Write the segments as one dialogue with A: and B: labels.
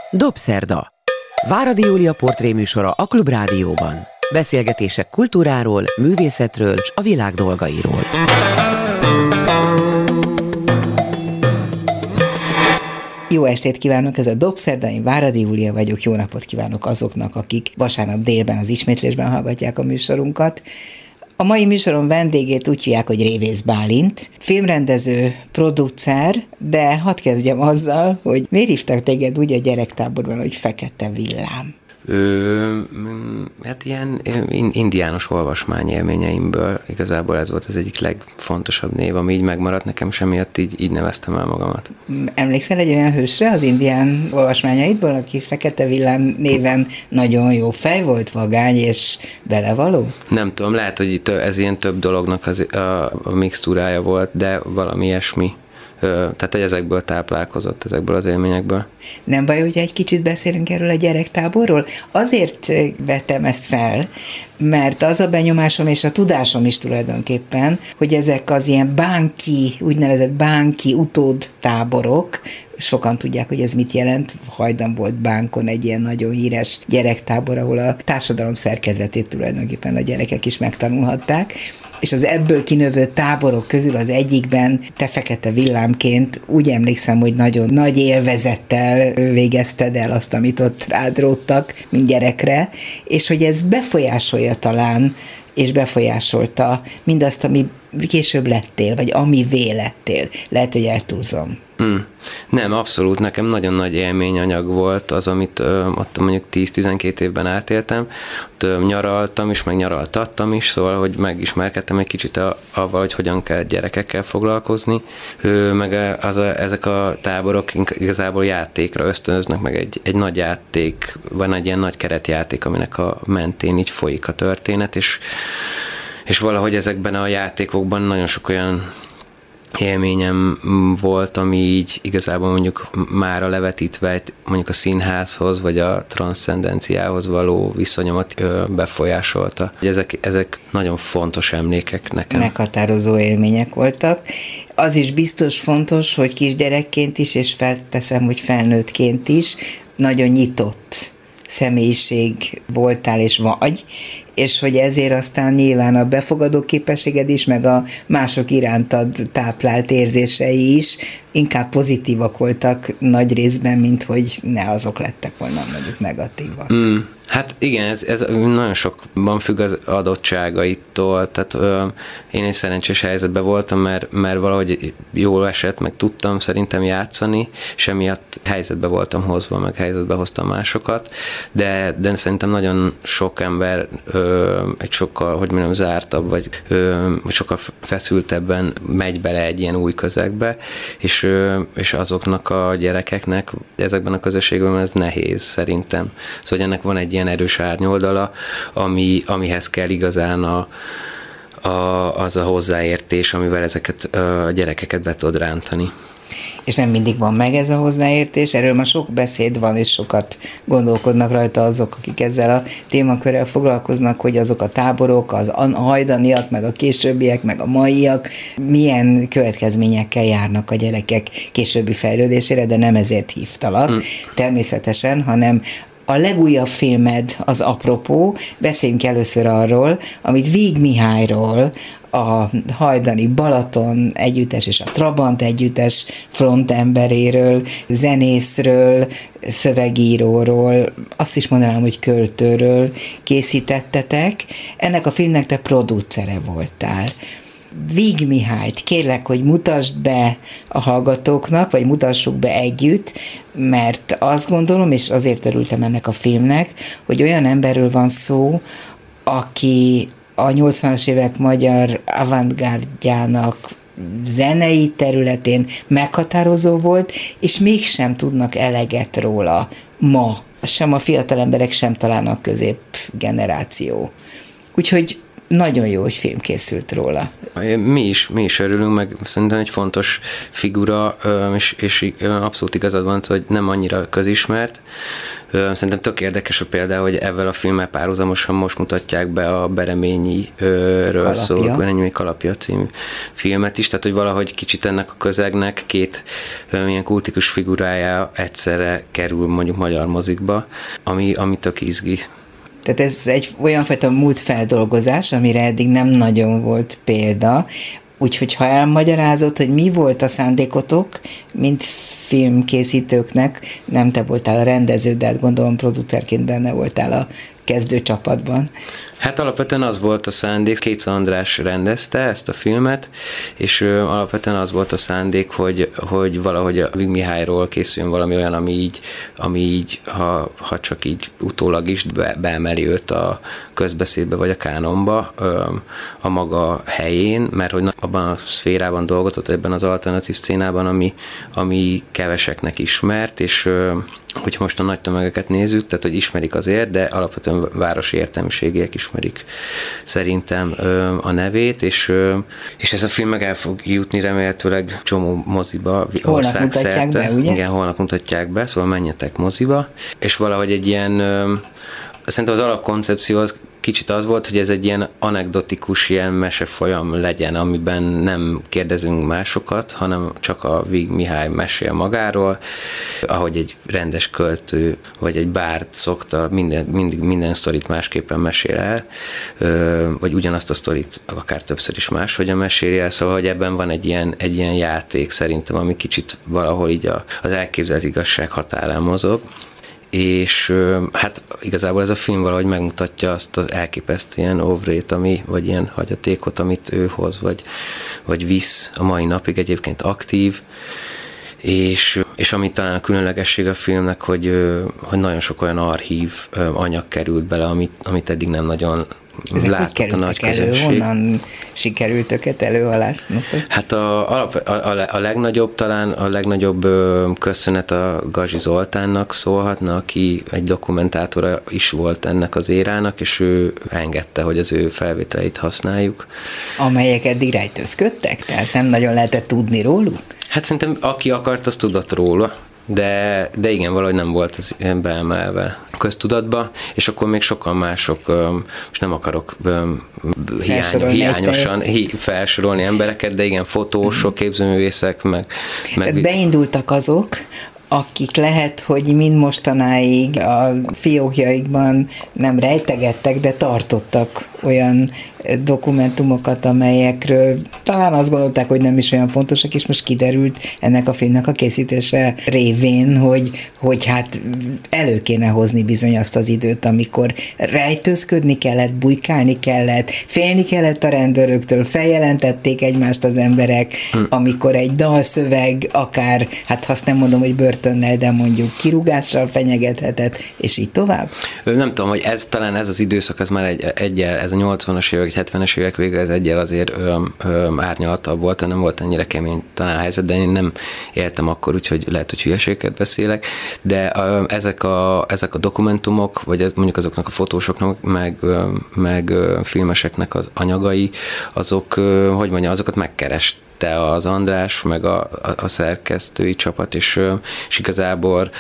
A: Dobszerda. Váradi Júlia portréműsora a Klubrádióban. Beszélgetések kultúráról, művészetről és a világ dolgairól.
B: Jó estét kívánok, ez a Dobszerda, én Váradi Júlia vagyok, jó napot kívánok azoknak, akik vasárnap délben az ismétlésben hallgatják a műsorunkat. A mai műsoron vendégét úgy hívják, hogy Révész Bálint, filmrendező, producer, de hadd kezdjem azzal, hogy miért hívtak téged úgy a gyerektáborban, hogy Fekete Villám?
C: Hát ilyen indiános olvasmány élményeimből igazából ez volt az egyik legfontosabb név, ami így megmaradt nekem, és emiatt így neveztem el magamat.
B: Emlékszel egy olyan hősre az indián olvasmányaidból, aki Fekete Villám néven nagyon jó fej volt, vagány és belevaló?
C: Nem tudom, lehet, hogy ez ilyen több dolognak a mixtúrája volt, de valami ilyesmi. Tehát, hogy ezekből táplálkozott, ezekből az élményekből.
B: Nem baj, hogy egy kicsit beszélünk erről a gyerektáborról? Azért vettem ezt fel, mert az a benyomásom és a tudásom is tulajdonképpen, hogy ezek az ilyen bánki, úgynevezett bánki utódtáborok, sokan tudják, hogy ez mit jelent. Hajdan volt Bánkon egy ilyen nagyon híres gyerektábor, ahol a társadalom szerkezetét tulajdonképpen a gyerekek is megtanulhatták, és az ebből kinövő táborok közül az egyikben te Fekete Villámként úgy emlékszem, hogy nagyon nagy élvezettel végezted el azt, amit ott rád róttak, mint gyerekre, és hogy ez befolyásolja talán, és befolyásolta mindazt, ami később lettél, vagy amivé lettél. Lehet, hogy eltúlzom.
C: Nem, abszolút. Nekem nagyon nagy élményanyag volt az, amit ott mondjuk 10-12 évben átéltem. Ott nyaraltam is, meg nyaraltattam is, szóval, hogy megismerkedtem egy kicsit avval, hogy hogyan kell gyerekekkel foglalkozni. Meg ezek a táborok igazából játékra ösztönöznek, meg egy nagy játék, van egy ilyen nagy keretjáték, aminek a mentén így folyik a történet, és valahogy ezekben a játékokban nagyon sok olyan élményem volt, ami így igazából mondjuk mára levetítve mondjuk a színházhoz, vagy a transzcendenciához való viszonyomat befolyásolta. Ezek nagyon fontos emlékek nekem.
B: Meghatározó élmények voltak. Az is biztos fontos, hogy kisgyerekként is, és felteszem, hogy felnőttként is, nagyon nyitott személyiség voltál és vagy, és hogy ezért aztán nyilván a befogadó képességed is, meg a mások irántad táplált érzései is inkább pozitívak voltak nagy részben, mint hogy ne azok lettek volna mondjuk negatívak.
C: Hát igen, ez nagyon sokban függ az adottságaitól, tehát én egy szerencsés helyzetben voltam, mert valahogy jól esett, meg tudtam szerintem játszani, és emiatt helyzetbe voltam hozva, meg helyzetbe hoztam másokat, de szerintem nagyon sok ember egy sokkal, hogy mondjam, zártabb, vagy sokkal feszültebben megy bele egy ilyen új közegbe, és azoknak a gyerekeknek ezekben a közösségben ez nehéz szerintem. Szóval ennek van egy ilyen erős árnyoldala, amihez kell igazán az a hozzáértés, amivel ezeket a gyerekeket be tud rántani.
B: És nem mindig van meg ez a hozzáértés, erről már sok beszéd van, és sokat gondolkodnak rajta azok, akik ezzel a témakörrel foglalkoznak, hogy azok a táborok, a hajdaniak, meg a későbbiek, meg a maiak milyen következményekkel járnak a gyerekek későbbi fejlődésére, de nem ezért hívtalak természetesen, hanem a legújabb filmed az apropó, beszéljünk először arról, amit Víg Mihályról, a hajdani Balaton együttes és a Trabant együttes frontemberéről, zenészről, szövegíróról, azt is mondanám, hogy költőről készítettetek. Ennek a filmnek te producere voltál. Víg Mihályt kérlek, hogy mutasd be a hallgatóknak, vagy mutassuk be együtt, mert azt gondolom, és azért örültem ennek a filmnek, hogy olyan emberről van szó, aki a 80-as évek magyar avantgárdjának zenei területén meghatározó volt, és mégsem tudnak eleget róla ma. Sem a fiatal emberek, sem talán a középgeneráció. Úgyhogy nagyon jó, hogy film készült róla.
C: Mi is örülünk, meg szerintem egy fontos figura, és abszolút igazad van, hogy nem annyira közismert. Szerintem tök érdekes hogy például, hogy ezzel a filmmel párhuzamosan most mutatják be a Bereményiről szóló Bereményi Kalapja című filmet is, tehát hogy valahogy kicsit ennek a közegnek két ilyen kultikus figurája egyszerre kerül mondjuk magyar mozikba, ami tök izgi.
B: Tehát ez egy olyan fajta múltfeldolgozás, amire eddig nem nagyon volt példa, úgyhogy ha elmagyarázod, hogy mi volt a szándékotok, mint filmkészítőknek, nem te voltál a rendező, de hát gondolom producerként benne voltál a kezdőcsapatban.
C: Hát alapvetően az volt a szándék, Kétz András rendezte ezt a filmet, és alapvetően az volt a szándék, hogy valahogy a Vig Mihályról készüljön valami olyan, ami így ha csak így utólag is beemeli őt a közbeszédbe vagy a kánonba a maga helyén, mert hogy abban a szférában dolgozott, ebben az alternatív szcénában, ami keveseknek ismert, és hogy most a nagy tömegeket nézzük, tehát hogy ismerik azért, de alapvetően városi értelmiségiek ismerik szerintem a nevét, és ez a film meg el fog jutni remélhetőleg csomó moziba, országszerte. Igen, holnap mutatják be, szóval menjetek moziba, és valahogy egy ilyen, szerintem az alapkoncepció az kicsit az volt, hogy ez egy ilyen anekdotikus, ilyen mesefolyam legyen, amiben nem kérdezünk másokat, hanem csak a Vig Mihály mesél magáról, ahogy egy rendes költő, vagy egy bárd szokta minden sztorit másképpen mesél el, vagy ugyanazt a sztorit akár többször is máshogyan meséli el, szóval hogy ebben van egy ilyen játék szerintem, ami kicsit valahol így az elképzelt igazság határán mozog. És hát igazából ez a film valahogy megmutatja azt az elképesztő ilyen ovrét, vagy ilyen hagyatékot, amit ő hoz, vagy visz a mai napig egyébként aktív, és ami talán a különlegesség a filmnek, hogy nagyon sok olyan archív anyag került bele, amit eddig nem nagyon látott a nagy közönség.
B: Honnan sikerült őket előalásznotok?
C: Hát a legnagyobb, talán a legnagyobb köszönet a Gazi Zoltánnak szólhatna, aki egy dokumentátora is volt ennek az érának, és ő engedte, hogy az ő felvételeit használjuk.
B: Amelyek eddig rejtőzködtek? Tehát nem nagyon lehetett tudni róluk?
C: Hát szerintem aki akart, az tudott róla. De igen, valahogy nem volt ez beemelve köztudatba, és akkor még sokan mások, most nem akarok hiányosan felsorolni embereket, de igen, fotósok, képzőművészek,
B: Tehát beindultak azok, akik lehet, hogy mind mostanáig a fiókjaikban nem rejtegettek, de tartottak olyan dokumentumokat, amelyekről talán azt gondolták, hogy nem is olyan fontosak, és most kiderült ennek a filmnek a készítése révén, hogy hát elő kéne hozni bizony azt az időt, amikor rejtőzködni kellett, bujkálni kellett, félni kellett a rendőröktől, feljelentették egymást az emberek, amikor egy dalszöveg akár, hát azt nem mondom, hogy börtönnel, de mondjuk kirúgással fenyegethetett, és így tovább?
C: Nem tudom, hogy talán ez az időszak, ez már ez a 80-as évek, 70-es évek vége, ez egyel azért árnyaltabb volt, nem volt ennyire kemény talán a helyzet, de én nem éltem akkor, úgyhogy lehet, hogy hülyeséget beszélek, de ezek a dokumentumok, vagy mondjuk azoknak a fotósoknak, meg filmeseknek az anyagai, azok, hogy mondjam, azokat megkereste az András, meg a szerkesztői csapat, és igazából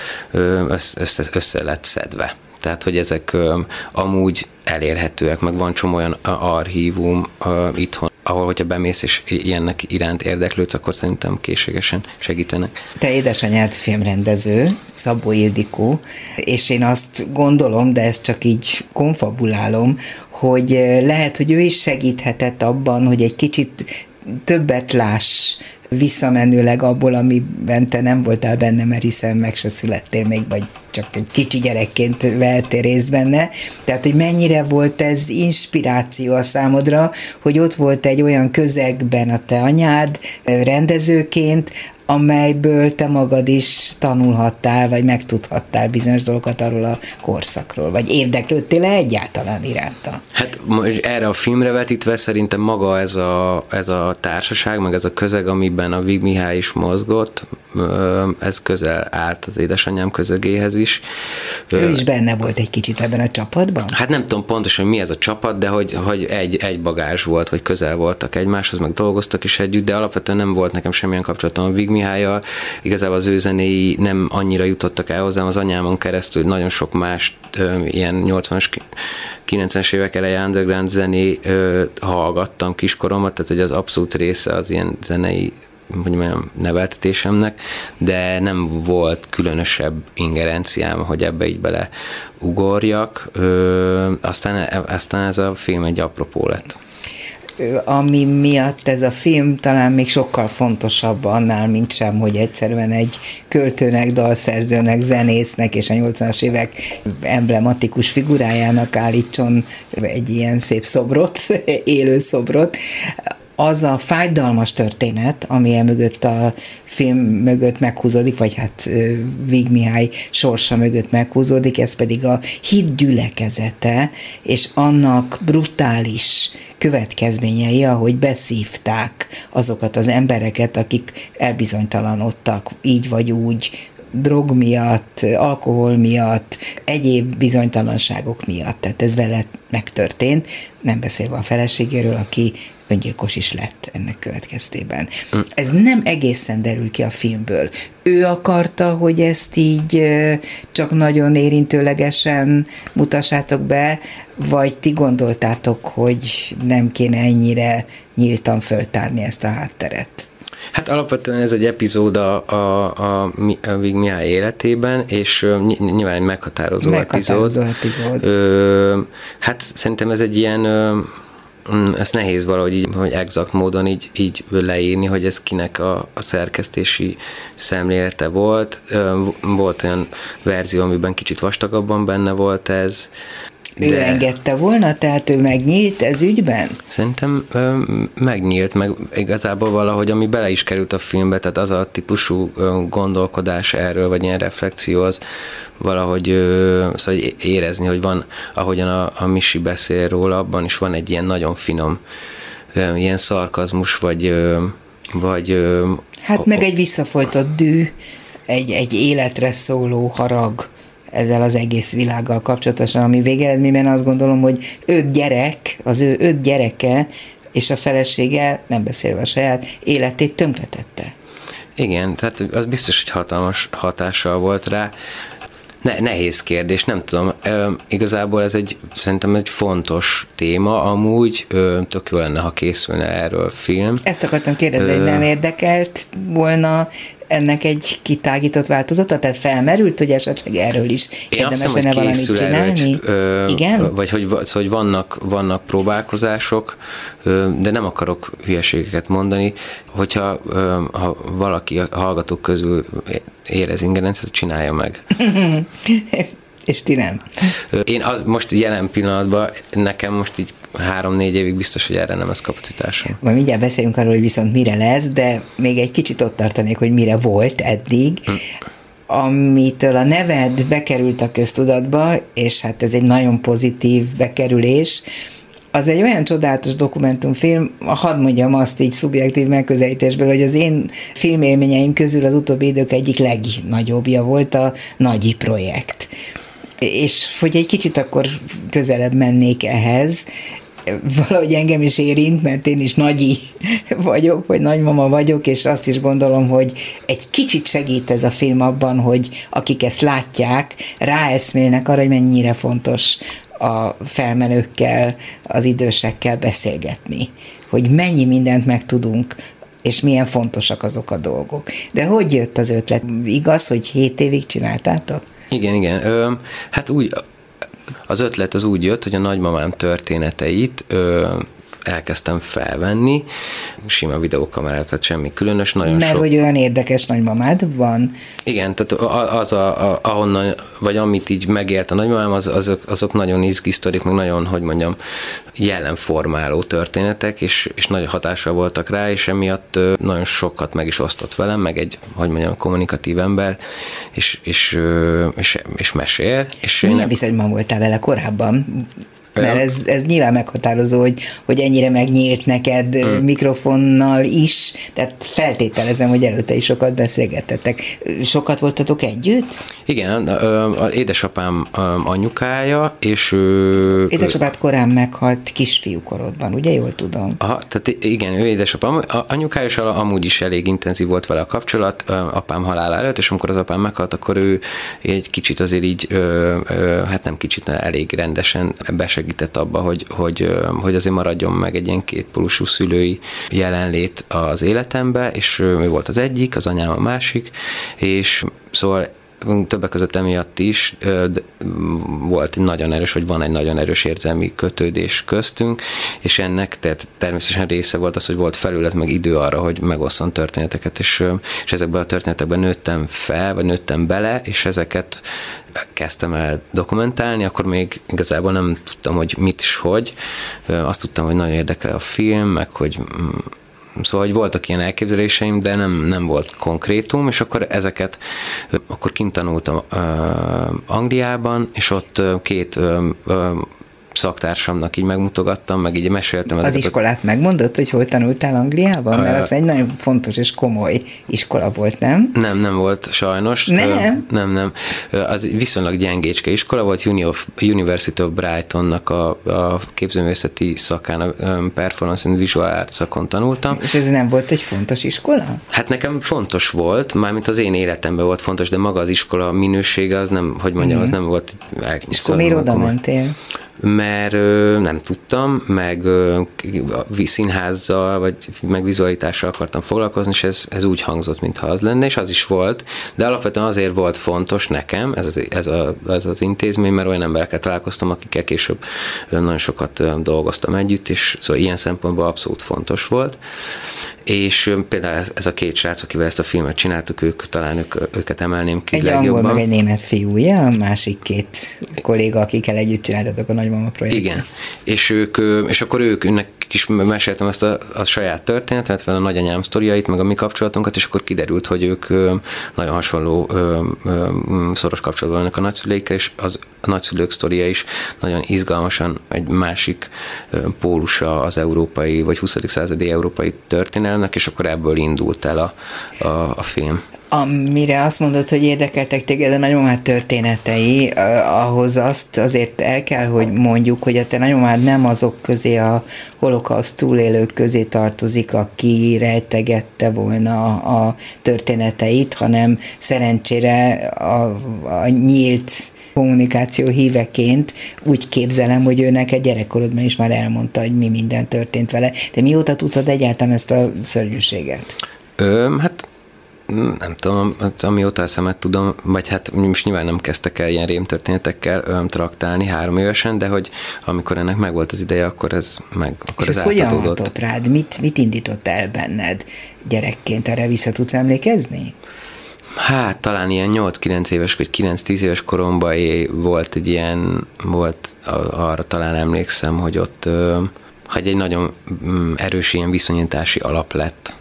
C: össze lett szedve. Tehát, hogy ezek amúgy elérhetőek, meg van csomó olyan archívum itthon, ahol, hogyha bemész és ilyennek iránt érdeklődsz, akkor szerintem készségesen segítenek.
B: Te édesanyád filmrendező, Szabó Ildikó, és én azt gondolom, de ezt csak így konfabulálom, hogy lehet, hogy ő is segíthetett abban, hogy egy kicsit többet láss visszamenőleg abból, amiben te nem voltál benne, mert hiszen meg se születtél még, vagy csak egy kicsi gyerekként vehettél részt benne. Tehát, hogy mennyire volt ez inspiráció a számodra, hogy ott volt egy olyan közegben a te anyád rendezőként, amelyből te magad is tanulhattál, vagy megtudhattál bizonyos dolgokat arról a korszakról, vagy érdeklődtél-e egyáltalán iránta?
C: Hát erre a filmre vetítve szerintem maga ez a társaság, meg ez a közeg, amiben a Vig Mihály is mozgott, ez közel állt az édesanyám közögéhez is.
B: Ő is benne volt egy kicsit ebben a csapatban?
C: Hát nem tudom pontosan, mi ez a csapat, de hogy egy bagázs volt, vagy közel voltak egymáshoz, meg dolgoztak is együtt, de alapvetően nem volt nekem semmilyen kapcsolatom a Vig Mihállyal. Igazából az ő zenéi nem annyira jutottak el hozzám, az anyámon keresztül nagyon sok más ilyen 80-as, 90-es évek eleje underground zené hallgattam kiskoromban, tehát hogy az abszolút része az ilyen zenei, hogy mondjam, neveltetésemnek, de nem volt különösebb ingerenciám, hogy ebbe így bele ugorjak. Aztán ez a film egy apropó lett.
B: Ami miatt ez a film talán még sokkal fontosabb annál, mint sem, hogy egyszerűen egy költőnek, dalszerzőnek, zenésznek és a 80-as évek emblematikus figurájának állítson egy ilyen szép szobrot, élő szobrot. Az a fájdalmas történet, ami mögött a film mögött meghúzódik, vagy hát Vig Mihály sorsa mögött meghúzódik, ez pedig a hit gyülekezete, és annak brutális következményei, ahogy beszívták azokat az embereket, akik elbizonytalanodtak így vagy úgy, drog miatt, alkohol miatt, egyéb bizonytalanságok miatt. Tehát ez vele megtörtént, nem beszélve a feleségéről, aki öngyilkos is lett ennek következtében. Ez nem egészen derül ki a filmből. Ő akarta, hogy ezt így csak nagyon érintőlegesen mutassátok be, vagy ti gondoltátok, hogy nem kéne ennyire nyíltan föltárni ezt a hátteret?
C: Hát alapvetően ez egy epizód a Vig Mihály életében, és nyilván egy meghatározó epizód. Hát szerintem ez egy ilyen, ez nehéz valahogy így, hogy exakt módon így leírni, hogy ez kinek a szerkesztési szemlélete volt. Volt olyan verzió, amiben kicsit vastagabban benne volt ez.
B: Ő engedte volna, tehát ő megnyílt ez ügyben?
C: Szerintem megnyílt, meg igazából valahogy, ami bele is került a filmbe, tehát az a típusú gondolkodás erről, vagy ilyen reflexió, az valahogy szóval érezni, hogy van, ahogyan a Misi beszél róla, abban is van egy ilyen nagyon finom ilyen szarkazmus, vagy
B: hát meg egy visszafolytott dű, egy életre szóló harag ezzel az egész világgal kapcsolatosan, ami végeredményben azt gondolom, hogy 5 gyerek, az ő 5 gyereke és a felesége, nem beszélve a saját életét tönkretette.
C: Igen, tehát az biztos, hogy hatalmas hatással volt rá. Nehéz kérdés, nem tudom. Igazából ez szerintem egy fontos téma, amúgy tök jó lenne, ha készülne erről film.
B: Ezt akartam kérdezni, hogy nem érdekelt volna ennek egy kitágított változata? Tehát felmerült, hogy esetleg erről is érdemes lenne valamit csinálni? Igen?
C: Vagy hogy vannak próbálkozások, de nem akarok hülyeségeket mondani, hogyha ha valaki a hallgatók közül érez ingerenciát, csinálja meg.
B: És ti nem?
C: Én most jelen pillanatban, nekem most így 3-4 évig biztos, hogy erre nem lesz kapacitásom.
B: Majd mindjárt beszélünk arról, hogy viszont mire lesz, de még egy kicsit ott tartanék, hogy mire volt eddig. Amitől a neved bekerült a köztudatba, és hát ez egy nagyon pozitív bekerülés, az egy olyan csodálatos dokumentumfilm, hadd mondjam azt így szubjektív megközelítésből, hogy az én filmélményeim közül az utóbbi idők egyik legnagyobbja volt a Nagyi projekt. És hogy egy kicsit akkor közelebb mennék ehhez, valahogy engem is érint, mert én is nagyi vagyok, vagy nagymama vagyok, és azt is gondolom, hogy egy kicsit segít ez a film abban, hogy akik ezt látják, ráeszmélnek arra, hogy mennyire fontos a felmenőkkel, az idősekkel beszélgetni, hogy mennyi mindent megtudunk, és milyen fontosak azok a dolgok. De hogy jött az ötlet? Igaz, hogy 7 évig csináltátok?
C: Igen. Hát úgy, az ötlet az úgy jött, hogy a nagymamám történeteit elkezdtem felvenni, sima videókamerát, tehát semmi különös, nagyon
B: mert
C: sok.
B: Hogy olyan érdekes nagymamád van.
C: Igen, tehát az ahonnan, vagy amit így megélt a nagymamám, azok nagyon izgi sztorik, meg nagyon, hogy mondjam, jelenformáló történetek, és nagyon hatással voltak rá, és emiatt nagyon sokat meg is osztott velem, meg egy, hogy mondjam, kommunikatív ember, és mesél. És
B: milyen viszonyban voltál vele korábban? Mert ez nyilván meghatározó, hogy ennyire megnyílt neked mikrofonnal is, tehát feltételezem, hogy előtte is sokat beszélgettetek. Sokat voltatok együtt?
C: Igen, az édesapám anyukája, és
B: édesapád korán meghalt kisfiúkorodban, ugye? Jól tudom.
C: Aha, tehát igen, ő édesapám anyukája, és amúgy is elég intenzív volt vele a kapcsolat apám halála előtt, és amikor az apám meghalt, akkor ő egy kicsit azért így, hát nem kicsit, elég rendesen besegített abba, hogy azért maradjon meg egy ilyen kétpólusú szülői jelenlét az életembe, és ő volt az egyik, az anyám a másik, és szóval többek között emiatt is volt egy nagyon erős, vagy van egy nagyon erős érzelmi kötődés köztünk, és ennek természetesen része volt az, hogy volt felület, meg idő arra, hogy megosszon történeteket, és ezekben a történetekben nőttem fel, vagy nőttem bele, és ezeket kezdtem el dokumentálni, akkor még igazából nem tudtam, hogy mit is hogy. Azt tudtam, hogy nagyon érdekel a film, meg szóval, hogy voltak ilyen elképzeléseim, de nem volt konkrétum, és akkor ezeket akkor kint tanultam Angliában, és ott két szaktársamnak így megmutogattam, meg így meséltem.
B: Az iskolát megmondod, hogy hol tanultál Angliában? Mert az egy nagyon fontos és komoly iskola volt, nem?
C: Nem volt sajnos. Nem. Az viszonylag gyengécske iskola volt, University of Brightonnak a képzőművészeti szakán, a Performance and Visual Arts szakon tanultam.
B: És ez nem volt egy fontos iskola?
C: Hát nekem fontos volt, mármint az én életemben volt fontos, de maga az iskola minősége az nem, hogy mondjam, az nem volt.
B: És akkor miért oda mentél?
C: Mert nem tudtam, meg színházzal, vagy meg vizualitással akartam foglalkozni, és ez úgy hangzott, mintha az lenne, és az is volt, de alapvetően azért volt fontos nekem ez az intézmény, mert olyan emberekkel találkoztam, akikkel később nagyon sokat dolgoztam együtt, és szóval ilyen szempontból abszolút fontos volt. És például ez a két srác, akivel ezt a filmet csináltuk, őket emelném ki legjobban.
B: Egy angol, meg egy német fiú, ugye? A másik két kolléga, akikkel együtt csináltatok a Nagymama projektet.
C: Igen, és akkor őknek is meséltem ezt a saját történetet, fel a nagyanyám sztoriait, meg a mi kapcsolatunkat, és akkor kiderült, hogy ők nagyon hasonló szoros kapcsolatban vannak a nagyszüleikkel, és a nagyszülők sztoria is nagyon izgalmasan egy másik pólusa az európai, vagy 20. századi európai történelmnek, és akkor ebből indult el a film.
B: Amire azt mondod, hogy érdekeltek téged a nagymamád történetei, ahhoz azt azért el kell, hogy mondjuk, hogy a te nagymamád nem azok közé, a holokauszt túlélők közé tartozik, aki rejtegette volna a történeteit, hanem szerencsére a nyílt kommunikáció híveként úgy képzelem, hogy ő neked gyerekkorodban is már elmondta, hogy mi minden történt vele. De mióta tudtad egyáltalán ezt a szörnyűséget?
C: Hát nem tudom, amióta eszemet tudom, vagy hát most nyilván nem kezdtek el ilyen rémtörténetekkel traktálni 3 évesen, de hogy amikor ennek megvolt az ideje, akkor ez
B: hogyan hatott rád? Mit indított el benned gyerekként? Erre vissza tudsz emlékezni?
C: Hát talán ilyen 8-9 éves, vagy 9-10 éves koromban volt arra talán emlékszem, hogy ott egy nagyon erős ilyen viszonyítási alap lett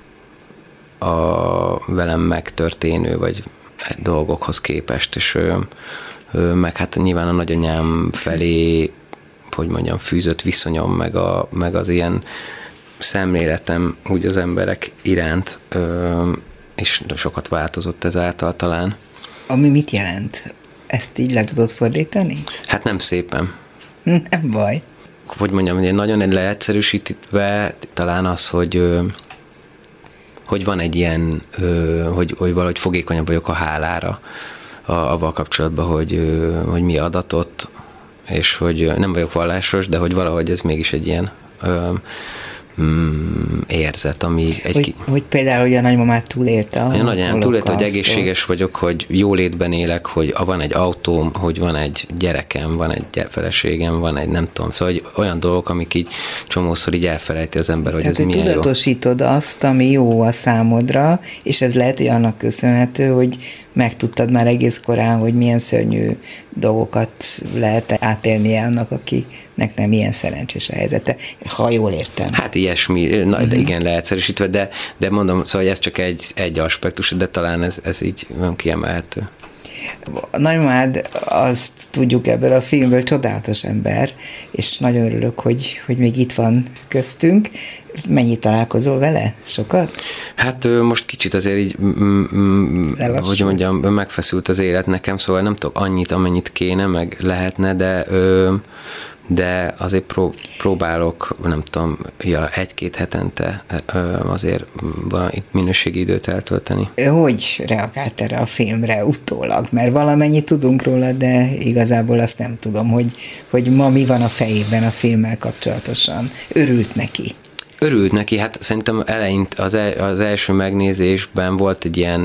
C: a velem megtörténő, vagy dolgokhoz képest, és meg hát nyilván a nagyanyám felé, hogy mondjam, fűzött viszonyom, meg az ilyen szemléletem úgy az emberek iránt, és sokat változott ezáltal talán.
B: Ami mit jelent? Ezt így le tudod fordítani?
C: Hát nem szépen.
B: Nem baj.
C: Hogy mondjam, nagyon leegyszerűsítve talán az, hogy van egy ilyen, hogy valahogy fogékonyabb vagyok a hálára avval kapcsolatban, hogy mi adatott, és hogy nem vagyok vallásos, de hogy valahogy ez mégis egy ilyen érzet, ami
B: hogy például, hogy a nagymamát túlélte a
C: nagyanyám túlélte, hogy egészséges vagyok, hogy jólétben élek, hogy van egy autóm, hogy van egy gyerekem, van egy feleségem, van egy nem tudom, szóval hogy olyan dolgok, amik így csomószor így elfelejti az ember, hogy
B: tehát,
C: ez milyen jó.
B: Tudatosítod azt, ami jó a számodra, és ez lehet, hogy annak köszönhető, hogy megtudtad már egész korán, hogy milyen szörnyű dolgokat lehet átélnie annak, akinek nem ilyen szerencsés a helyzete, ha jól értem.
C: Hát ilyesmi, igen, leegyszerűsítve, de mondom, szóval ez csak egy aspektus, de talán ez így kiemelhető.
B: A nagymamád, azt tudjuk ebből a filmből, csodálatos ember, és nagyon örülök, hogy még itt van köztünk. Mennyit találkozol vele? Sokat?
C: Hát most kicsit azért így, hogy mondjam, megfeszült az élet nekem, szóval nem tudok annyit, amennyit kéne, meg lehetne, de azért próbálok, nem tudom, egy-két hetente azért valami minőségi időt eltölteni.
B: Hogy reagált erre a filmre utólag? Mert valamennyit tudunk róla, de igazából azt nem tudom, hogy ma mi van a fejében a filmmel kapcsolatosan. Örült neki?
C: Örült neki, hát szerintem eleint az első megnézésben volt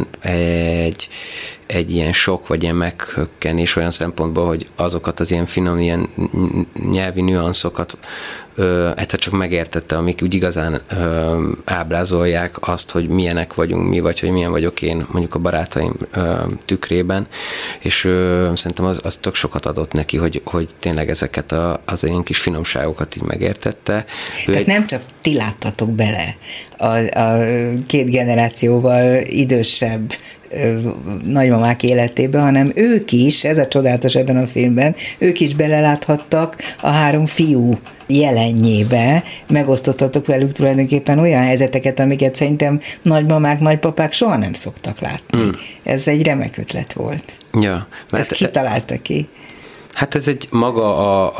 C: egy ilyen sok, vagy ilyen meghökkenés olyan szempontból, hogy azokat az ilyen finom, ilyen nyelvi nüanszokat egyszer csak megértette, amik úgy igazán ábrázolják azt, hogy milyenek vagyunk mi, vagy hogy milyen vagyok én mondjuk a barátaim tükrében, és szerintem az tök sokat adott neki, hogy tényleg ezeket az ilyen kis finomságokat így megértette.
B: Tehát nem csak ti láttatok bele a két generációval idősebb nagymamák életébe, hanem ők is, ez a csodálatos ebben a filmben, ők is beleláthattak a három fiú jelenjébe, megosztottatok velük tulajdonképpen olyan helyzeteket, amiket szerintem nagymamák, nagypapák soha nem szoktak látni. Ez egy remek ötlet volt.
C: Ja.
B: Ezt ki találta ki?
C: Hát ez egy maga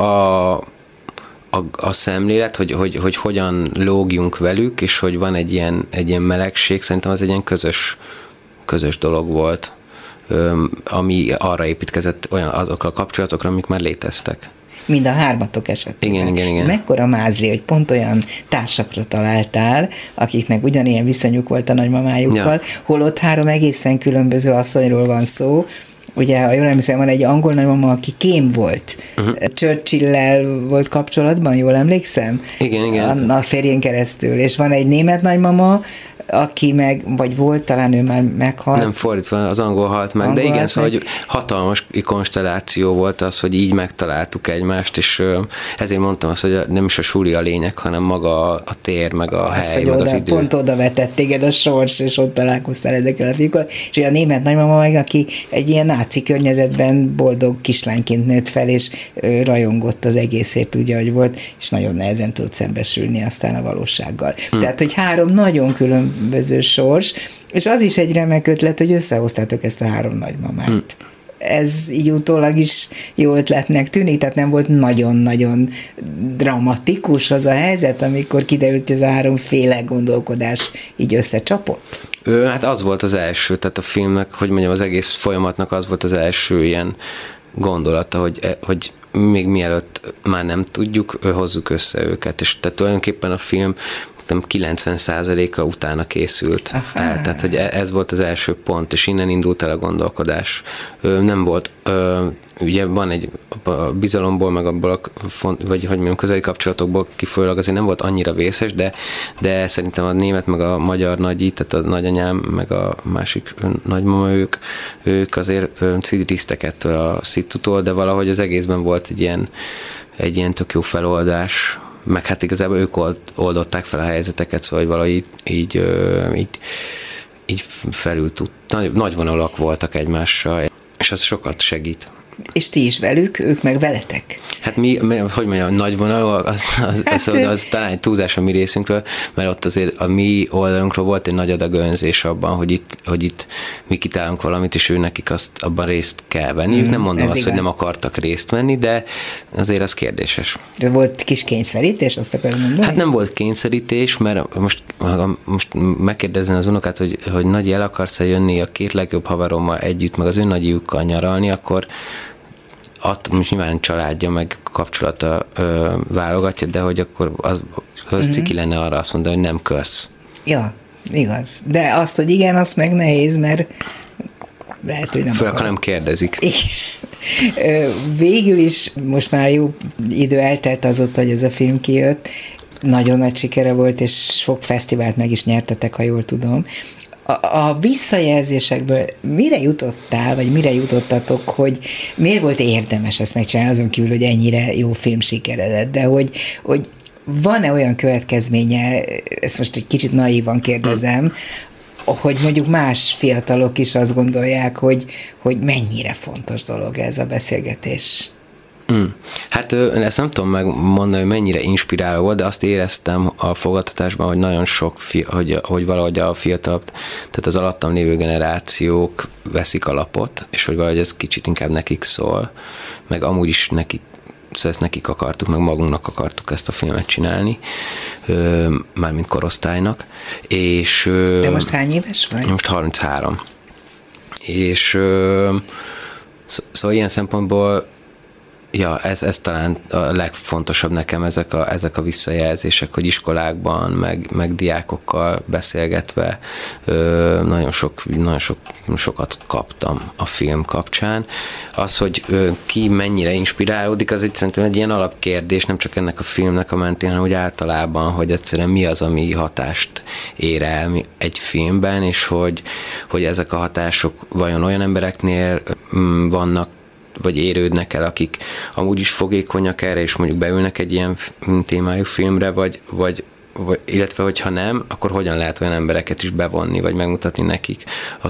C: a szemlélet, hogy hogyan lógjunk velük, és hogy van egy ilyen melegség, szerintem az egy ilyen közös dolog volt, ami arra építkezett azokra a kapcsolatokra, amik már léteztek.
B: Mind a hármatok esetében.
C: Igen.
B: Mekkora mázli, hogy pont olyan társakra találtál, akiknek ugyanilyen viszonyuk volt a nagymamájukkal, holott három egészen különböző asszonyról van szó. Ugye, ha jól emlékszem, van egy angol nagymama, aki kém volt. Churchill-lel volt kapcsolatban, jól emlékszem?
C: Igen.
B: A férjén keresztül. És van egy német nagymama, aki vagy volt, talán ő már meghalt.
C: Nem, fordítva, az angol halt meg, de igen, szóval, hogy hatalmas konstelláció volt az, hogy így megtaláltuk egymást, és ezért mondtam azt, hogy nem is a suli a lényeg, hanem maga a tér, meg a hely, meg az idő.
B: Pont oda vetett téged a sors, és ott találkoztál ezekkel a fiúkkal, és a német nagymama meg, aki egy ilyen náci környezetben boldog kislányként nőtt fel, és rajongott az egészért, ugye, hogy volt, és nagyon nehezen tudott szembesülni aztán a valósággal. Tehát, hogy három nagyon különböző sors, és az is egy remek ötlet, hogy összehoztátok ezt a három nagymamát. Ez így utólag is jó ötletnek tűnik, tehát nem volt nagyon-nagyon dramatikus az a helyzet, amikor kiderült, hogy ez a háromféle gondolkodás így összecsapott?
C: Hát az volt az első, tehát a filmnek, hogy mondjam, az egész folyamatnak az volt az első ilyen gondolata, hogy még mielőtt már nem tudjuk, hozzuk össze őket, és tehát tulajdonképpen a film 90%-a utána készült el. Tehát, hogy ez volt az első pont, és innen indult el a gondolkodás. Nem volt, ugye van egy a bizalomból, meg abból vagy hogy mondjam, közeli kapcsolatokból kifolyólag azért nem volt annyira vészes, de szerintem a német, meg a magyar nagyi, tehát a nagyanyám, meg a másik nagymama, ők azért cidriztek ettől a szitutól, de valahogy az egészben volt egy ilyen tök jó feloldás, meg hát igazából ők oldották fel a helyzeteket, szóval hogy valahogy így felül nagy vonalak voltak egymással, és az sokat segít.
B: És ti is velük, ők meg veletek?
C: Hát hogy mondjam, nagy vonalú, az talán egy túlzás a mi részünkről, mert ott azért a mi oldalunkról volt egy nagy adag önzés abban, hogy itt mi kitálunk valamit, és ő nekik abban részt kell venniük. Nem mondom azt, igaz, hogy nem akartak részt venni, de azért az kérdéses.
B: De volt kis kényszerítés, azt akarom mondani?
C: Hát nem volt kényszerítés, mert most megkérdezni az unokát, hogy Nagyi, el akarsz-e jönni a két legjobb haverommal együtt, meg az ő nagyjukkal nyaralni, akkor most nyilván családja meg kapcsolata válogatja, de hogy akkor az ciki lenne arra azt mondani, hogy nem kösz.
B: Ja, igaz. De azt, hogy igen, az meg nehéz, mert lehet, hogy nem
C: akar. Akkor nem kérdezik.
B: Végül is most már jó idő eltelt azóta, hogy ez a film kijött. Nagyon nagy sikere volt, és sok fesztivált meg is nyertetek, ha jól tudom. A visszajelzésekből mire jutottál, vagy mire jutottatok, hogy miért volt érdemes ezt megcsinálni, azon kívül, hogy ennyire jó film sikeredett, de hogy van-e olyan következménye, ezt most egy kicsit naívan kérdezem, hogy mondjuk más fiatalok is azt gondolják, hogy mennyire fontos dolog ez a beszélgetés.
C: Hát ezt nem tudom megmondani, hogy mennyire inspiráló volt, de azt éreztem a fogadtatásban, hogy nagyon sok, hogy valahogy a fiatal, tehát az alattam lévő generációk veszik a lapot, és hogy valahogy ez kicsit inkább nekik szól, meg amúgy is nekik, szóval ezt nekik akartuk, meg magunknak akartuk ezt a filmet csinálni, mármint korosztálynak. És,
B: de most hány éves vagy?
C: Most 33. És szóval ilyen szempontból ja, ez talán a legfontosabb nekem, ezek a visszajelzések, hogy iskolákban, meg diákokkal beszélgetve nagyon sokat kaptam a film kapcsán. Az, hogy ki mennyire inspirálódik, az szerintem egy ilyen alapkérdés, nem csak ennek a filmnek a mentén, hanem úgy általában, hogy egyszerűen mi az, ami hatást ér el egy filmben, és hogy ezek a hatások vajon olyan embereknél vannak, vagy érődnek el, akik amúgy is fogékonyak erre, és mondjuk beülnek egy ilyen témájú filmre, vagy illetve hogyha nem, akkor hogyan lehet olyan embereket is bevonni, vagy megmutatni nekik,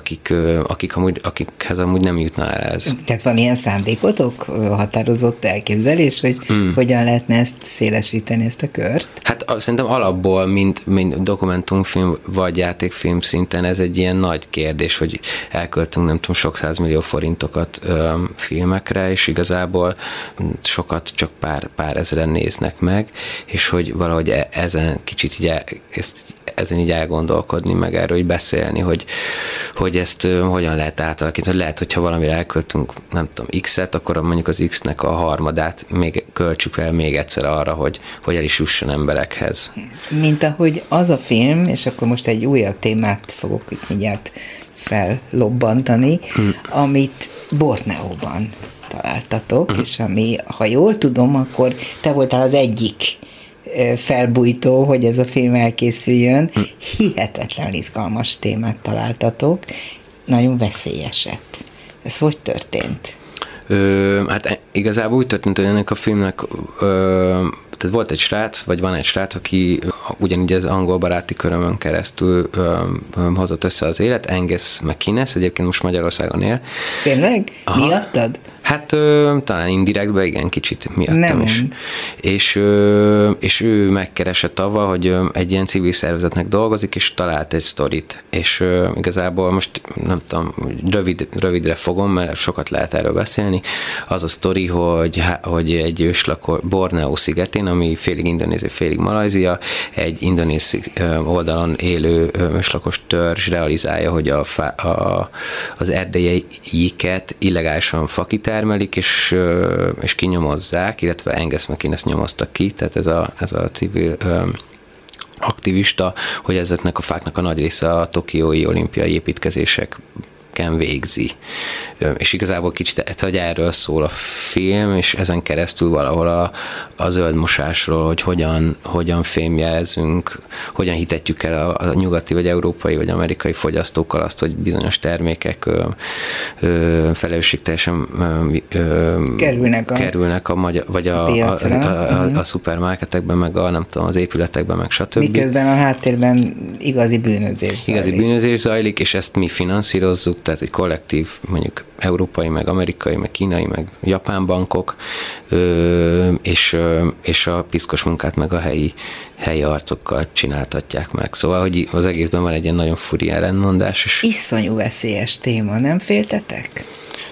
C: akikhez amúgy nem jutna el ez.
B: Tehát van ilyen szándékotok, határozott elképzelés, hogy hogyan lehetne ezt szélesíteni, ezt a kört?
C: Hát szerintem alapból, mint dokumentumfilm vagy játékfilm szinten ez egy ilyen nagy kérdés, hogy elköltünk nem tudom sok 100 millió forintokat filmekre, és igazából sokat csak pár ezeren néznek meg, és hogy valahogy ezen kicsit ezen így elgondolkodni, meg erről így beszélni, hogy ezt hogyan lehet átalakítani. Lehet, hogyha valamire elköltünk, nem tudom, X-et, akkor mondjuk az X-nek a harmadát még költsük el még egyszer arra, hogy el is jusson emberekhez.
B: Mint ahogy az a film, és akkor most egy újabb témát fogok itt mindjárt fellobbantani, amit Borneóban találtatok, és ami, ha jól tudom, akkor te voltál az egyik felbújtó, hogy ez a film elkészüljön. Hihetetlen izgalmas témát találtatok, nagyon veszélyeset. Ez hogy történt?
C: Hát igazából úgy történt, hogy ennek a filmnek tehát volt egy srác, vagy van egy srác, aki ugyanígy az angol baráti körömön keresztül hozott össze az élet, Angus MacInnes, egyébként most Magyarországon él.
B: Tényleg? Miattad?
C: Hát talán indirektben, igen, kicsit miattam
B: nem
C: is. És ő megkeresett avval, hogy egy ilyen civil szervezetnek dolgozik, és talált egy sztorit. És igazából most nem tudom, rövidre fogom, mert sokat lehet erről beszélni. Az a sztori, hogy egy őslakos Borneo szigetén, ami félig Indonézia, félig Malajzia, egy indonéz oldalon élő őslakos törzs realizálja, hogy az erdélyeiket illegálisan fakitermelik, és kinyomozzák, illetve Angus MacInnes nyomoztak ki, tehát ez a civil aktivista, hogy ezeknek a fáknak a nagy része a tokiói olimpiai építkezéseken végzi. És igazából kicsit erről szól a film, és ezen keresztül valahol a zöldmosásról, hogy hogyan fémjelzünk, hogyan hitetjük el a nyugati, vagy európai, vagy amerikai fogyasztókkal azt, hogy bizonyos termékek felelősségteljesen kerülnek a szupermarketekben, meg nem tudom, az épületekben, meg stb.
B: Miközben a háttérben igazi bűnözés zajlik.
C: És ezt mi finanszírozzuk, tehát egy kollektív, mondjuk európai, meg amerikai, meg kínai, meg japán bankok, és a piszkos munkát meg a helyi arcokkal csináltatják meg. Szóval, hogy az egészben van egy ilyen nagyon furi ellentmondás. És
B: iszonyú veszélyes téma, nem féltetek?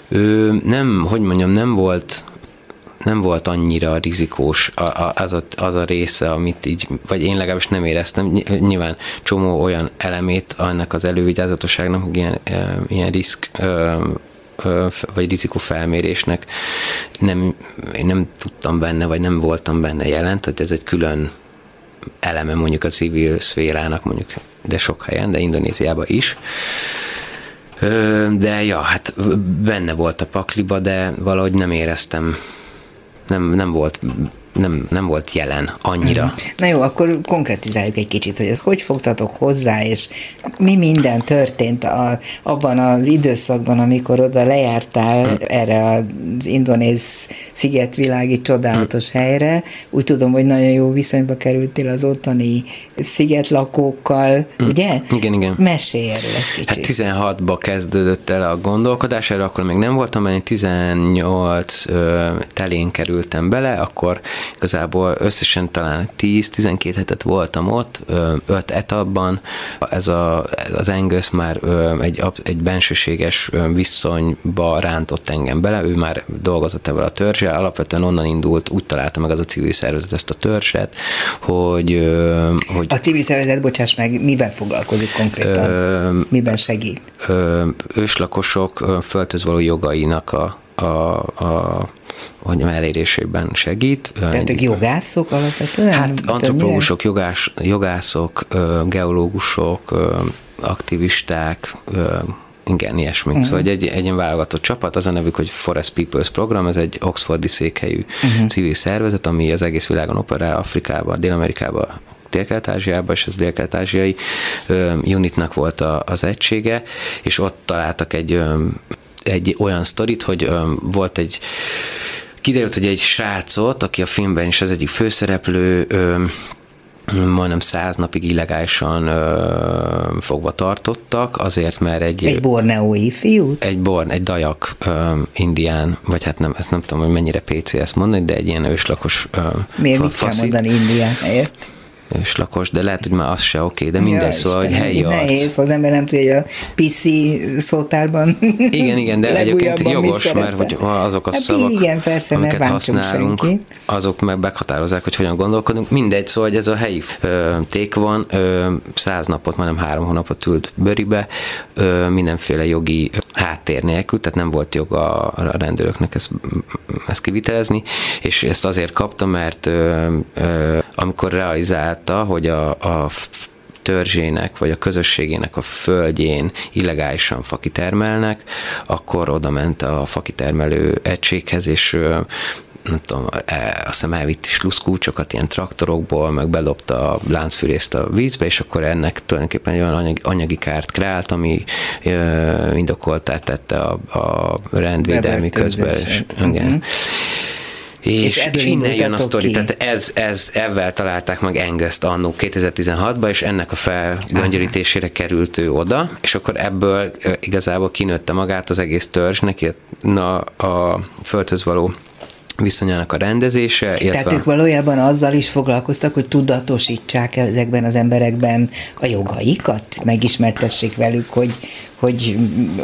C: Nem volt annyira rizikós az a része, amit így, vagy én legalábbis nem éreztem. Nyilván csomó olyan elemét ennek az elővigyázatosságnak, hogy ilyen risk vagy rizikófelmérésnek én nem tudtam benne, vagy nem voltam benne jelen, tehát ez egy külön eleme mondjuk a civil szférának, mondjuk, de sok helyen, de Indonéziában is. De ja, hát benne volt a pakliba, de valahogy nem éreztem, nem volt nem volt jelen annyira.
B: Na jó, akkor konkretizáljuk egy kicsit, hogy ez hogy fogtatok hozzá, és mi minden történt abban az időszakban, amikor oda lejártál erre az indonéz szigetvilági csodálatos helyre. Úgy tudom, hogy nagyon jó viszonyba kerültél az ottani szigetlakókkal, ugye?
C: Igen.
B: Mesélj erről egy kicsit.
C: Hát 16-ba kezdődött el a gondolkodás, erre akkor még nem voltam, mert 18 telén kerültem bele, akkor igazából összesen talán 10-12 hetet voltam ott, 5 etapban. Az Angus már egy bensőséges viszonyba rántott engem bele, ő már dolgozott ebben a törzsel, alapvetően onnan indult, úgy találta meg az a civil szervezet ezt a törzset, hogy...
B: A civil szervezet, bocsáss meg, miben foglalkozik konkrétan? Miben segít?
C: Őslakosok földhöz való jogainak hogy elérésében segít.
B: Tehát ők jogászok alapvetően?
C: Hát antropológusok, jogászok, geológusok, aktivisták, igen, ilyesmik. Szóval egy ilyen válogatott csapat, az a nevük, hogy Forest Peoples Program, ez egy oxfordi székhelyű civil szervezet, ami az egész világon operál, Afrikában, Dél-Amerikában, Dél-Kelet-Ázsiában, és ez dél-kelet-ázsiai unitnak volt az egysége, és ott találtak egy olyan sztorit, hogy kiderült, hogy egy srácot, aki a filmben is az egyik főszereplő, majdnem 100 napig illegálisan fogva tartottak, azért, mert egy
B: borneói fiút?
C: Egy dajak indián, vagy hát nem, ezt nem tudom, hogy mennyire PC ezt mondani, de egy ilyen őslakos
B: Miért mit kell mondani indián helyett?
C: Őslakos, de lehet, hogy már az se oké, de mindegy, szóval, hogy helyi arc.
B: Nehéz, az ember nem tudja, hogy a PC szótárban
C: igen, de egyébként jogos, mert hogy azok a szavak,
B: igen, persze,
C: amiket használunk, azok meg meghatározzák, hogy hogyan gondolkodunk. Mindegy, szóval, hogy ez a helyi ték van, 100 napot, majdnem 3 hónapot ült bőribe, mindenféle jogi háttér nélkül, tehát nem volt jog a rendőröknek ezt kivitelezni, és ezt azért kapta, mert amikor realizálta, hogy a törzsének, vagy a közösségének a földjén illegálisan fakitermelnek, akkor oda ment a fakitermelő egységhez, és nem tudom, azt hiszem elvitt sluszkulcsokat ilyen traktorokból, meg bedobta a láncfűrészt a vízbe, és akkor ennek tulajdonképpen egy olyan anyagi kárt kreált, ami indokoltá tette a rendvédelmi közben. És innen jön a sztori, tehát ezzel találták meg Angust annó 2016-ban, és ennek a felgöngyörítésére került ő oda, és akkor ebből igazából kinőtte magát az egész törzsnek, a földhöz való viszonyának a rendezése.
B: Tehát ők valójában azzal is foglalkoztak, hogy tudatosítsák ezekben az emberekben a jogaikat, megismertessék velük, hogy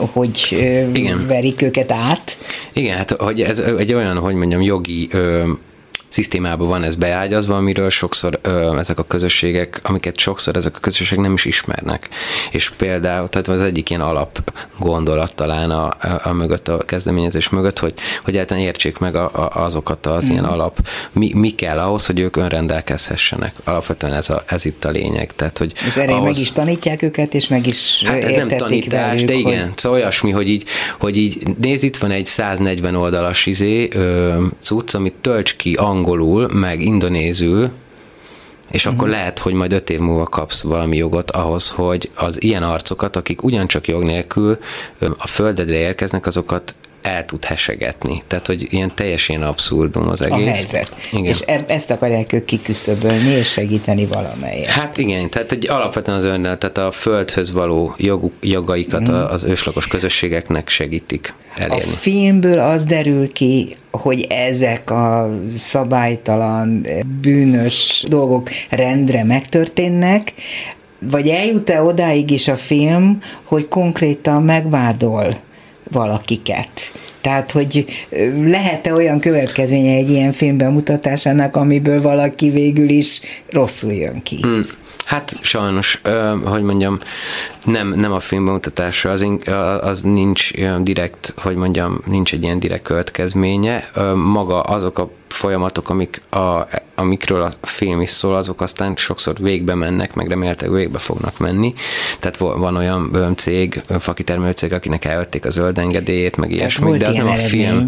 B: verik őket át.
C: Igen, hát hogy ez egy olyan, hogy mondjam, jogi szisztémában van ez beágyazva, amiről sokszor ezek a közösségek, amiket sokszor ezek a közösségek nem is ismernek. És például, tehát az egyik ilyen alap gondolat talán a mögött, a kezdeményezés mögött, hogy egyáltalán értsék meg azokat az ilyen alap, mi kell ahhoz, hogy ők önrendelkezhessenek. Alapvetően ez itt a lényeg. Tehát, hogy
B: és erre meg is tanítják őket, és meg is
C: hát ez nem tanítás, velük, de igen, szóval olyasmi, hogy így nézd, itt van egy 140 oldalas cucc, amit tölts ki angolul, meg indonézül, és akkor lehet, hogy majd 5 év múlva kapsz valami jogot ahhoz, hogy az ilyen arcokat, akik ugyancsak jog nélkül a földedre érkeznek, azokat el tud hesegetni. Tehát, hogy ilyen teljesen abszurdum az egész.
B: A helyzet. Igen. És ezt akarják ők kiküszöbölni, és segíteni valamelyest.
C: Hát igen, tehát alapvetően az tehát a földhöz való jogaikat az őslakos közösségeknek segítik elérni.
B: A filmből az derül ki, hogy ezek a szabálytalan, bűnös dolgok rendre megtörténnek, vagy eljut-e odáig is a film, hogy konkrétan megvádol valakiket. Tehát, hogy lehet-e olyan következménye egy ilyen film bemutatásának, amiből valaki végül is rosszul jön ki?
C: Hát sajnos, hogy mondjam, nem a film bemutatása, az nincs direkt, hogy mondjam, nincs egy ilyen direkt következménye. Maga azok a folyamatok, amikről a film is szól, azok aztán sokszor végbe mennek, meg remélhetőleg végbe fognak menni. Tehát van olyan cég, fakitermelő cég, akinek elvették a zöld engedélyét, meg ilyesmi, de az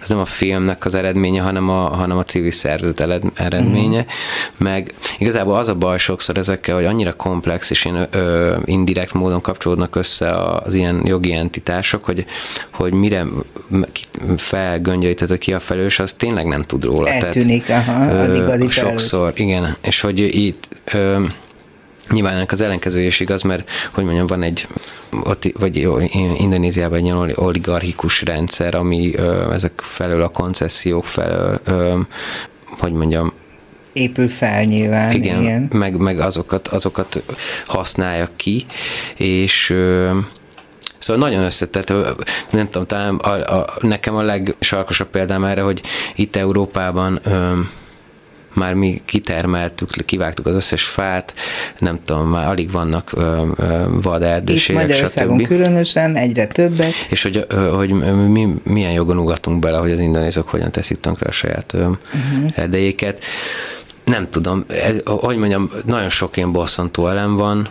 C: az nem a filmnek az eredménye, hanem a civil szervezet eredménye, meg igazából az a baj sokszor ezekkel, hogy annyira komplex és ilyen indirekt módon kapcsolódnak össze az ilyen jogi entitások, hogy mire felgöngyölített, hogy ki a felelős, az tényleg nem tud róla.
B: Eltűnik, tehát, az igazi
C: sokszor, igen, és hogy itt nyilván ennek az ellenkezője is igaz, mert hogy mondjam, van Indonéziában egy ilyen oligarchikus rendszer, ami ezek felől a koncesziók felől, hogy mondjam,
B: épül fel nyilván.
C: Igen. Meg azokat használja ki, és szóval nagyon összetett, nem tudom, talán nekem a legsarkosabb példám erre, hogy itt Európában már mi kitermeltük, kivágtuk az összes fát, nem tudom, már alig vannak vaderdőségek,
B: stb. Itt Magyarországon különösen egyre többet.
C: És hogy mi milyen jogon ugatunk bele, hogy az indonézok hogyan teszik tönkre a saját erdejéket. Nem tudom, hogy mondjam, nagyon sok ilyen bosszantó elem van,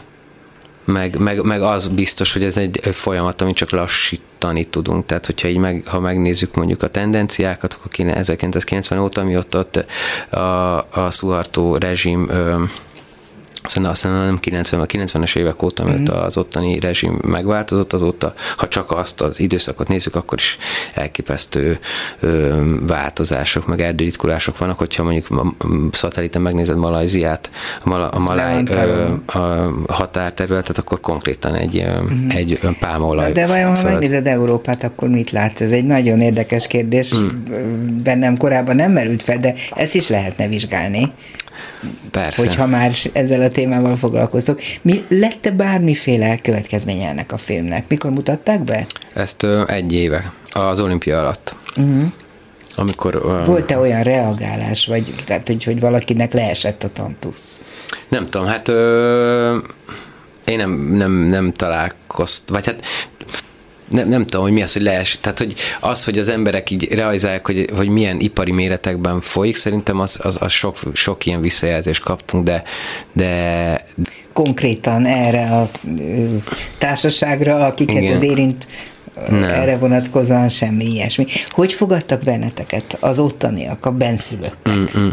C: meg az biztos, hogy ez egy folyamat, amit csak lassítani tudunk. Tehát, hogyha így ha megnézzük mondjuk a tendenciákat, akkor 1990 óta, ami ott a Suharto rezsim, aztán nem 90-es évek óta, mert az ottani rezsim megváltozott, azóta, ha csak azt az időszakot nézzük, akkor is elképesztő változások, meg erdőritkulások vannak, hogyha mondjuk szatelliten megnézed Malajziát, a maláj határterületet, akkor konkrétan egy pálmaolaj.
B: De vajon, ha megnézed Európát, akkor mit látsz? Ez egy nagyon érdekes kérdés. Bennem korábban nem merült fel, de ezt is lehetne vizsgálni.
C: Persze.
B: Hogyha már ezzel a témával foglalkoztok. Lett-e bármiféle következménye ennek a filmnek? Mikor mutatták be?
C: Ezt 1 éve, az olimpia alatt. Amikor,
B: volt-e olyan reagálás, vagy tehát, hogy valakinek leesett a tantusz?
C: Nem tudom, hát én nem találkoztam, vagy hát nem tudom, hogy mi az, hogy leesik. Tehát, hogy hogy az emberek így realizálják, hogy milyen ipari méretekben folyik, szerintem az sok ilyen visszajelzést kaptunk, de
B: konkrétan erre a társaságra, akiket igen. Az érint, nem. Erre vonatkozóan semmi ilyesmi. Hogy fogadtak benneteket az ottaniak, a benszülöttek?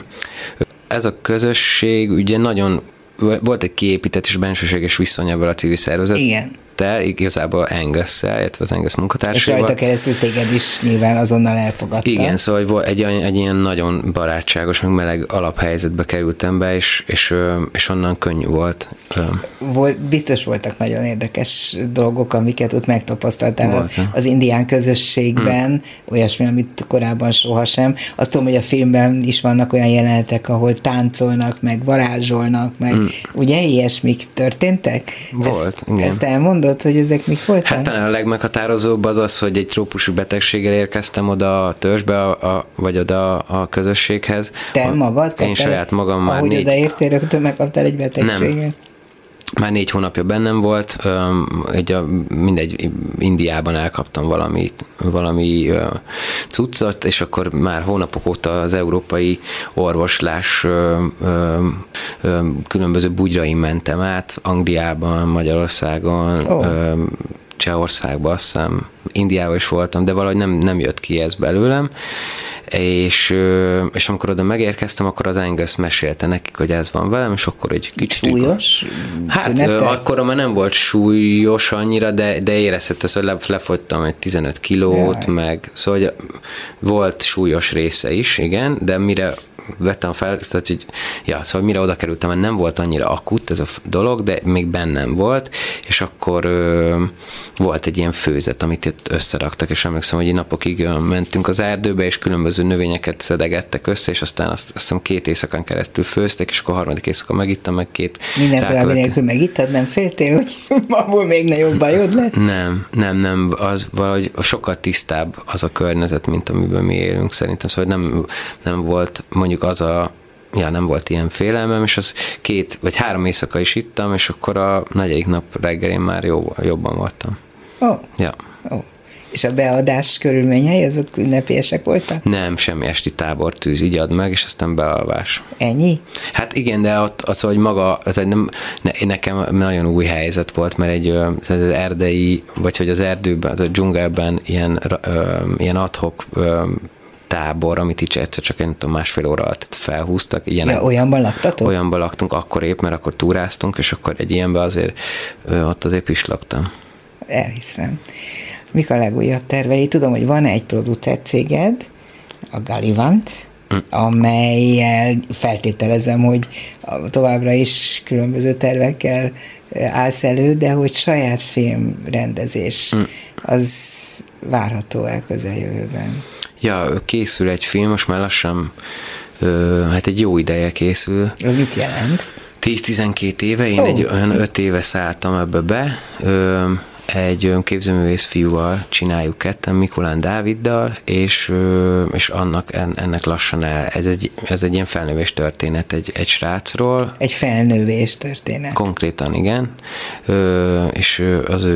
C: Ez a közösség ugye nagyon volt egy kiépített és bensőséges viszony ebből a civil szervezet.
B: Igen.
C: Igazából Angus-szel, illetve az Angus munkatársaival.
B: És rajta keresztül téged is nyilván azonnal elfogadta.
C: Igen, szóval egy ilyen nagyon barátságos, meg meleg alaphelyzetbe kerültem be, és onnan könnyű volt.
B: Biztos voltak nagyon érdekes dolgok, amiket ott megtapasztaltál az indián közösségben, olyasmi, amit korábban sohasem. Azt tudom, hogy a filmben is vannak olyan jelenetek, ahol táncolnak, meg varázsolnak, meg ugye ilyesmik történtek?
C: Volt, igen.
B: Ezt elmondod, hogy ezek mik voltak?
C: Hát talán a legmeghatározóbb az, hogy egy trópusi betegséggel érkeztem oda a törzsbe, vagy oda a közösséghez.
B: Te magad kaptál?
C: Én saját magam már
B: ahogy odaértél, rögtön megkaptál egy betegséget?
C: Nem. Már 4 hónapja bennem volt, mindegy, Indiában elkaptam valami cuccot, és akkor már hónapok óta az európai orvoslás különböző bugyrain mentem át, Angliában, Magyarországon, Csehországban, azt hiszem, Indiában is voltam, de valahogy nem jött ki ez belőlem, és amikor oda megérkeztem, akkor az Angus mesélte nekik, hogy ez van velem, és akkor egy kicsit...
B: Súlyos?
C: Hát akkor már nem volt súlyos annyira, de érezhető, hogy lefogytam egy 15 kilót, meg szóval hogy volt súlyos része is, igen, de mire vettem fel, tehát, hogy szóval mire oda kerültem, mert nem volt annyira akut ez a dolog, de még bennem volt, és akkor volt egy ilyen főzet, amit itt összeraktak, és emlékszem, hogy napokig mentünk az erdőbe, és különböző növényeket szedegettek össze, és aztán azt hiszem 2 éjszakán keresztül főztek, és akkor a 3. éjszaka megittam, meg 2
B: minden további nélkül megittad, nem féltél, hogy abból még nagyobb bajod lett?
C: Nem, az valahogy sokkal tisztább az a környezet, mint amiben mi élünk szerintem, szóval nem volt mondjuk nem volt ilyen félelmem, és az 2 vagy 3 éjszaka is ittam, és akkor a 4. nap reggelén már jobban voltam. Ja.
B: És a beadás körülményei, azok ünnepélyesek voltak?
C: Nem, semmi esti tábortűz, így ad meg, és aztán bealvás.
B: Ennyi? Hát
C: igen, de ott az, hogy maga, nekem nagyon új helyzet volt, mert az erdei, vagy hogy az erdőben, az a dzsungelben ilyen ad hoc tábor, amit így egyszer csak nem tudom, másfél óra alatt felhúztak. Ilyenek,
B: olyanban laktatok?
C: Olyanban laktunk, akkor épp, mert akkor túráztunk, és akkor egy ilyenben azért ott azért pislogtam.
B: Elhiszem. Mik a legújabb tervei? Tudom, hogy van egy producer céged, a Gallivant, amellyel feltételezem, hogy továbbra is különböző tervekkel állsz elő, de hogy saját filmrendezés, az várható el közeljövőben.
C: Ja, készül egy film, most már lassan, hát egy jó ideje készül.
B: Az mit jelent?
C: 10-12 éve, én egy olyan 5 éve szálltam ebbe be, egy képzőművész fiúval csináljuk ketten, Mikulán Dáviddal, és ennek lassan ez egy ilyen felnővés történet egy srácról.
B: Egy felnővés történet.
C: Konkrétan, igen. És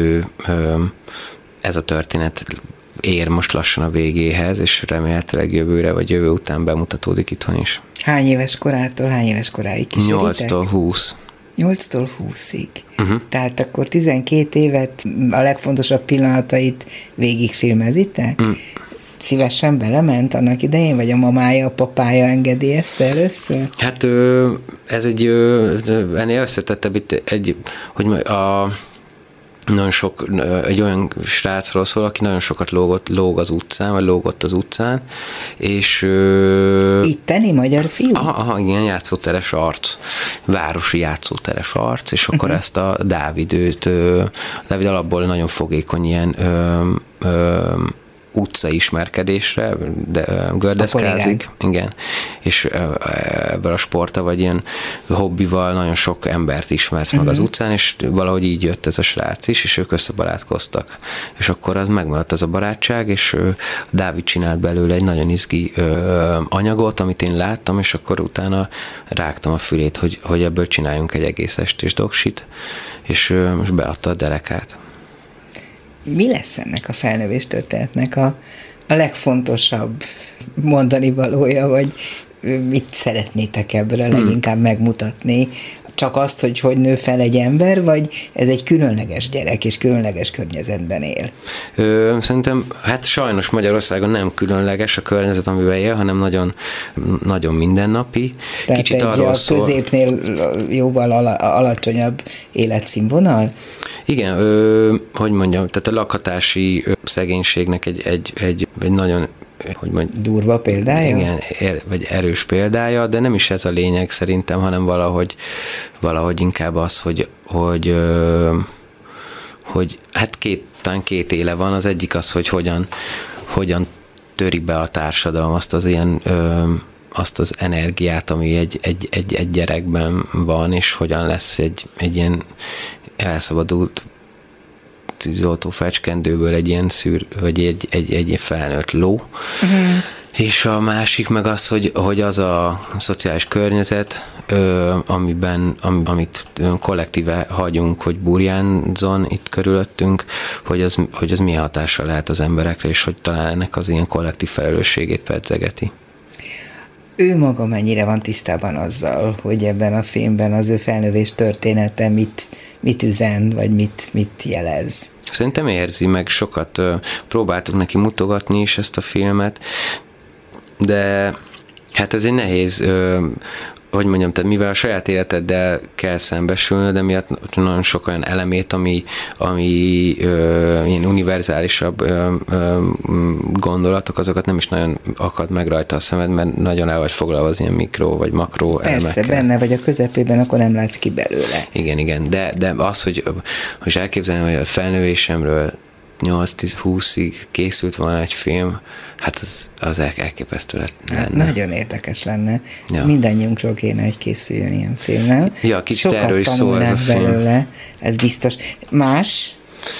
C: ez a történet ér most lassan a végéhez, és remélhetőleg jövőre vagy jövő után bemutatódik itthon is.
B: Hány éves korától hány éves koráig kíséritek?
C: 8-tól 20.
B: 8-tól 20-ig. Tehát akkor 12 évet, a legfontosabb pillanatait végigfilmezitek? Szívesen belement annak idején, vagy a mamája, a papája engedélyezte először? Hát
C: ez ennél összetettebb nagyon sok, egy olyan srácról szól, aki nagyon sokat lógott az utcán, és...
B: Itteni magyar fiú?
C: Aha, igen, játszóteres arc, városi játszóteres arc, és akkor ezt a Dávid alapból nagyon fogékony ilyen utca ismerkedésre, de gördeszkázik, igen, és ebből a sporta vagy ilyen hobbival nagyon sok embert ismersz meg az utcán, és valahogy így jött ez a srác is, és ők összebarátkoztak. És akkor az megmaradt az a barátság, és Dávid csinált belőle egy nagyon izgi anyagot, amit én láttam, és akkor utána rágtam a fülét, hogy ebből csináljunk egy egész estés doksit, és most beadta a derekát.
B: Mi lesz ennek a felnövés történetnek a legfontosabb mondani valója, vagy mit szeretnétek ebből leginkább megmutatni? Csak azt, hogy nő fel egy ember, vagy ez egy különleges gyerek, és különleges környezetben él?
C: Szerintem, hát sajnos Magyarországon nem különleges a környezet, amiben él, hanem nagyon, nagyon mindennapi.
B: Tehát kicsit arról szól... középnél jóval alacsonyabb életszínvonal?
C: Igen, hogy mondjam, tehát a lakhatási szegénységnek egy nagyon
B: durva példája?
C: Igen, vagy erős példája, de nem is ez a lényeg szerintem, hanem valahogy inkább az, hogy hát talán két éle van, az egyik az, hogy hogyan töri be a társadalom azt az energiát, ami egy gyerekben van, és hogyan lesz egy ilyen elszabadult tűzoltó fecskendőből egy ilyen vagy egy felnőtt ló. És a másik meg az, hogy az a szociális környezet, amit kollektíve hagyunk, hogy burjánzon itt körülöttünk, hogy az milyen hatással lehet az emberekre, és hogy talán ennek az ilyen kollektív felelősségét pedzegeti.
B: Ő maga mennyire van tisztában azzal, hogy ebben a filmben az ő felnövés története mit üzen, vagy mit jelez?
C: Szerintem érzi, meg sokat próbáltuk neki mutogatni is ezt a filmet, de hát ez egy nehéz, hogy mondjam, tehát mivel a saját életeddel kell szembesülnöd, de miatt nagyon sok olyan elemét, ami ilyen univerzálisabb gondolatok, azokat nem is nagyon akad meg rajta a szemed, mert nagyon el vagy foglalva az ilyen mikro vagy makró elemekkel.
B: Persze, benne vagy a közepében, akkor nem látsz ki belőle.
C: Igen, de az, hogy elképzelni, hogy a felnővésemről 8-10-20-ig készült volna egy film, hát az elképesztő lenne.
B: Hát nagyon érdekes lenne. Ja. Mindannyiunkról kéne, hogy készüljön ilyen film, nem?
C: Ja, kicsit erről is szól ez a film. Belőle,
B: ez biztos. Más?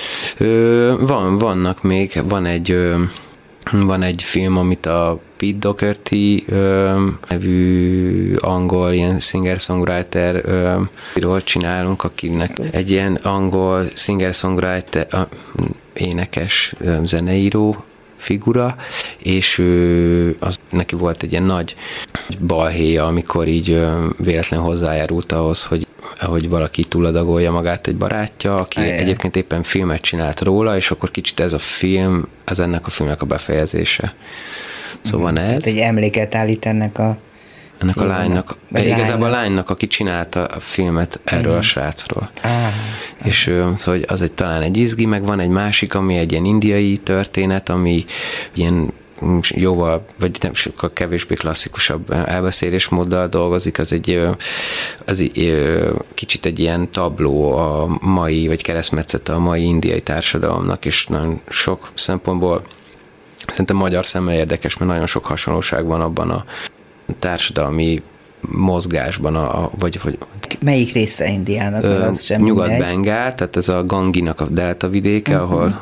C: Vannak még, van egy film, amit a Pete Doherty nevű angol ilyen singer-songwriter-ról csinálunk, akinek egy ilyen angol singer-songwriter énekes zeneíró figura, és neki volt egy ilyen nagy balhéja, amikor így véletlen hozzájárult ahhoz, hogy valaki túladagolja magát egy barátja, aki egyébként éppen filmet csinált róla, és akkor kicsit ez a film, ennek a filmnek a befejezése. Szóval van ez.
B: Tehát egy emléket állít ennek a
C: lánynak. Igazából a lánynak, aki csinálta a filmet erről a srácról. És szóval az talán egy izgi, meg van egy másik, ami egy ilyen indiai történet, ami ilyen jóval, vagy nem sokkal kevésbé klasszikusabb elbeszélésmóddal dolgozik, az kicsit egy ilyen tabló a mai, vagy keresztmetszete a mai indiai társadalomnak, és nagyon sok szempontból szerintem magyar szemmel érdekes, mert nagyon sok hasonlóság van abban a társadalmi mozgásban, vagy
B: melyik része Indiának? Az sem
C: Nyugat-Bengál, tehát ez a Ganginak a delta vidéke, ahol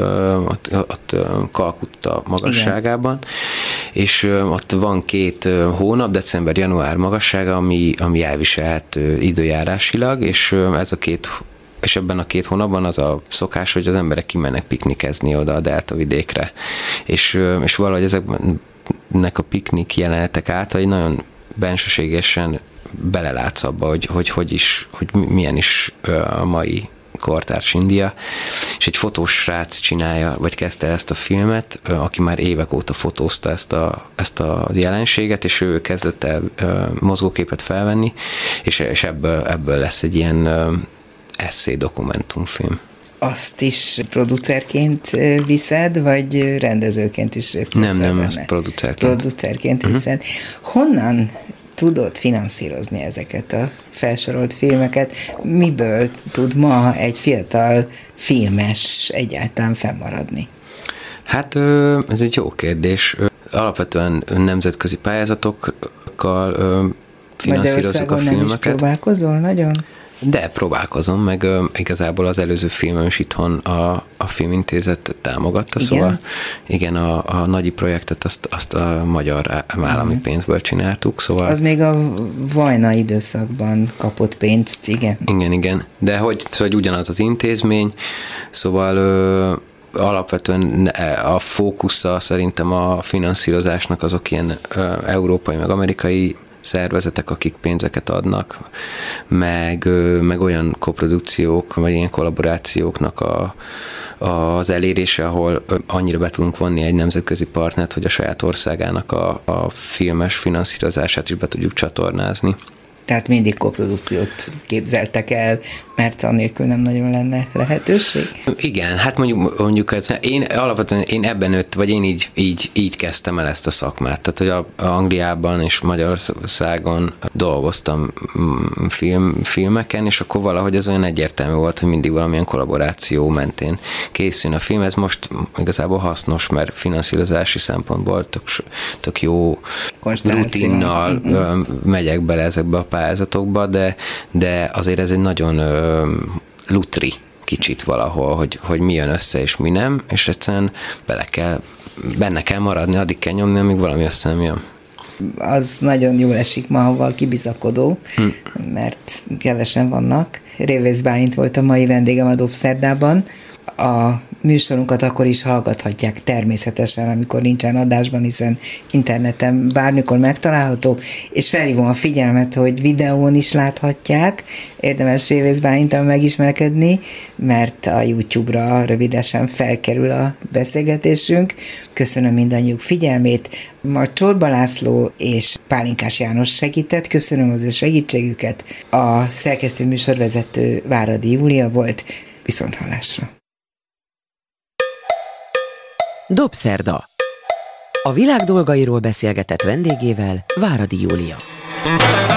C: ott Kalkutta magasságában, és ott van 2 hónap, december-január magassága, ami elviselhető időjárásilag, és ez a és ebben a 2 hónapban az a szokás, hogy az emberek kimennek piknikezni oda a delta vidékre. És valahogy ezeknek a piknik jelenetek által nagyon bensőségesen belelátsz abba, hogy milyen is a mai kortárs India, és egy fotós srác csinálja, vagy kezdte ezt a filmet, aki már évek óta fotózta ezt a jelenséget, és ő kezdett el mozgóképet felvenni, és ebből lesz egy ilyen esszé dokumentumfilm.
B: Azt is producerként viszed, vagy rendezőként is részt veszel benne?
C: Nem, ezt producerként.
B: Producerként viszed. Honnan tudod finanszírozni ezeket a felsorolt filmeket? Miből tud ma egy fiatal filmes egyáltalán fennmaradni?
C: Hát ez egy jó kérdés. Alapvetően nemzetközi pályázatokkal finanszírozzuk a filmeket.
B: Nem is próbálkozol nagyon?
C: De próbálkozom, meg igazából az előző filmem is itthon a Filmintézet támogatta, igen? Szóval igen, a nagyi projektet azt a magyar állami pénzből csináltuk, szóval... Az
B: még a Vajna időszakban kapott pénzt, igen?
C: Igen, de hogy ugyanaz az intézmény, szóval... alapvetően a fókusza szerintem a finanszírozásnak azok ilyen európai, meg amerikai szervezetek, akik pénzeket adnak, meg olyan koprodukciók, vagy ilyen kollaborációknak az elérése, ahol annyira be tudunk vonni egy nemzetközi partnert, hogy a saját országának a filmes finanszírozását is be tudjuk csatornázni.
B: Tehát mindig koprodukciót képzeltek el, mert annélkül nem nagyon lenne lehetőség?
C: Igen, hát mondjuk én ebben vagy én így kezdtem el ezt a szakmát. Tehát, hogy Angliában és Magyarországon dolgoztam filmeken, és akkor valahogy ez olyan egyértelmű volt, hogy mindig valamilyen kollaboráció mentén készül a film. Ez most igazából hasznos, mert finanszírozási szempontból tök jó rutinnal megyek bele ezekbe a pályázatokba, de azért ez egy nagyon lutri kicsit valahol, hogy mi jön össze és mi nem, és egyszerűen benne kell maradni, addig kell nyomni, amíg valami össze nem jön.
B: Az nagyon jól esik ma, ha valaki bizakodó, mert kevesen vannak. Révész Bálint volt a mai vendégem a Dobszerdában. A műsorunkat akkor is hallgathatják természetesen, amikor nincsen adásban, hiszen interneten bármikor megtalálható, és felhívom a figyelmet, hogy videón is láthatják, érdemes Révész Bálinttal megismerkedni, mert a YouTube-ra rövidesen felkerül a beszélgetésünk. Köszönöm mindannyiuk figyelmét. Ma Csorba László és Pálinkás János segített, köszönöm az ő segítségüket. A szerkesztő műsorvezető Váradi Júlia volt. Viszonthallásra.
A: Dobszerda. A világ dolgairól beszélgetett vendégével Váradi Júlia.